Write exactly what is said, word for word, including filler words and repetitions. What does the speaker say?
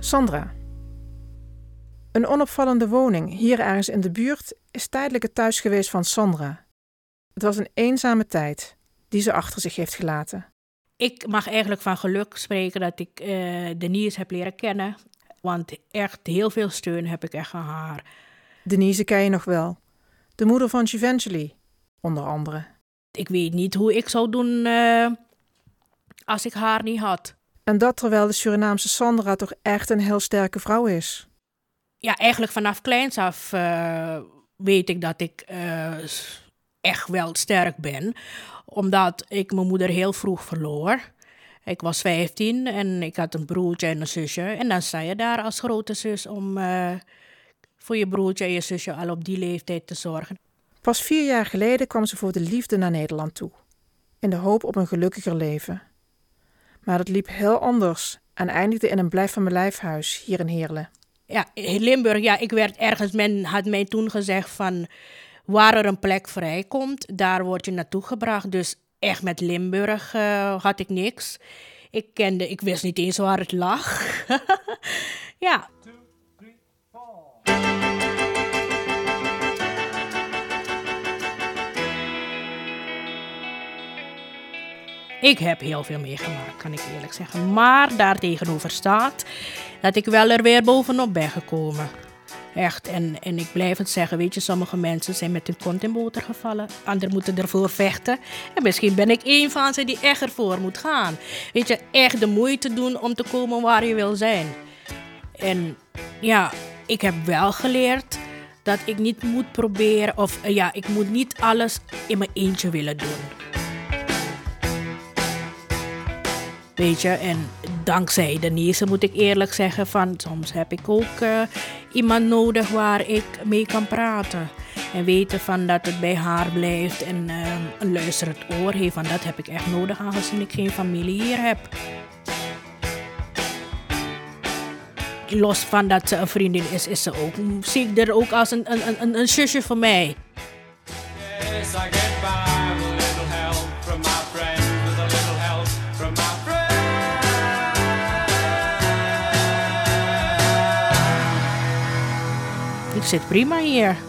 Sandra. Een onopvallende woning hier ergens in de buurt is tijdelijk het thuis geweest van Sandra. Het was een eenzame tijd die ze achter zich heeft gelaten. Ik mag eigenlijk van geluk spreken dat ik uh, Denise heb leren kennen. Want echt heel veel steun heb ik echt aan haar. Denise ken je nog wel. De moeder van Givangeli, onder andere. Ik weet niet hoe ik zou doen uh, als ik haar niet had. En dat terwijl de Surinaamse Sandra toch echt een heel sterke vrouw is. Ja, eigenlijk vanaf kleins af uh, weet ik dat ik uh, echt wel sterk ben. Omdat ik mijn moeder heel vroeg verloor. Ik was vijftien en ik had een broertje en een zusje. En dan sta je daar als grote zus om uh, voor je broertje en je zusje al op die leeftijd te zorgen. Pas vier jaar geleden kwam ze voor de liefde naar Nederland toe. In de hoop op een gelukkiger leven. Maar dat liep heel anders en eindigde in een blijf van mijn lijfhuis hier in Heerlen. Ja, in Limburg, ja, ik werd ergens, men had mij toen gezegd van waar er een plek vrijkomt, daar word je naartoe gebracht. Dus echt met Limburg uh, had ik niks. Ik kende, ik wist niet eens waar het lag. Ja. Two, three, ik heb heel veel meegemaakt, kan ik eerlijk zeggen. Maar daartegenover staat dat ik wel er weer bovenop ben gekomen. Echt, en, en ik blijf het zeggen, weet je, sommige mensen zijn met hun kont in boter gevallen. Anderen moeten ervoor vechten. En misschien ben ik één van ze die echt ervoor moet gaan. Weet je, echt de moeite doen om te komen waar je wil zijn. En ja, ik heb wel geleerd dat ik niet moet proberen, of uh, ja, ik moet niet alles in mijn eentje willen doen. Weet je, en dankzij Denise moet ik eerlijk zeggen van soms heb ik ook uh, iemand nodig waar ik mee kan praten. En weten van dat het bij haar blijft en uh, een luisterend oor heeft. Want dat heb ik echt nodig aangezien ik geen familie hier heb. Los van dat ze een vriendin is, is ze ook, zie ik er ook als een, een, een, een zusje voor mij. Yes, I get by with a little help from my friend, with a little help from my friend. Ik zit prima hier.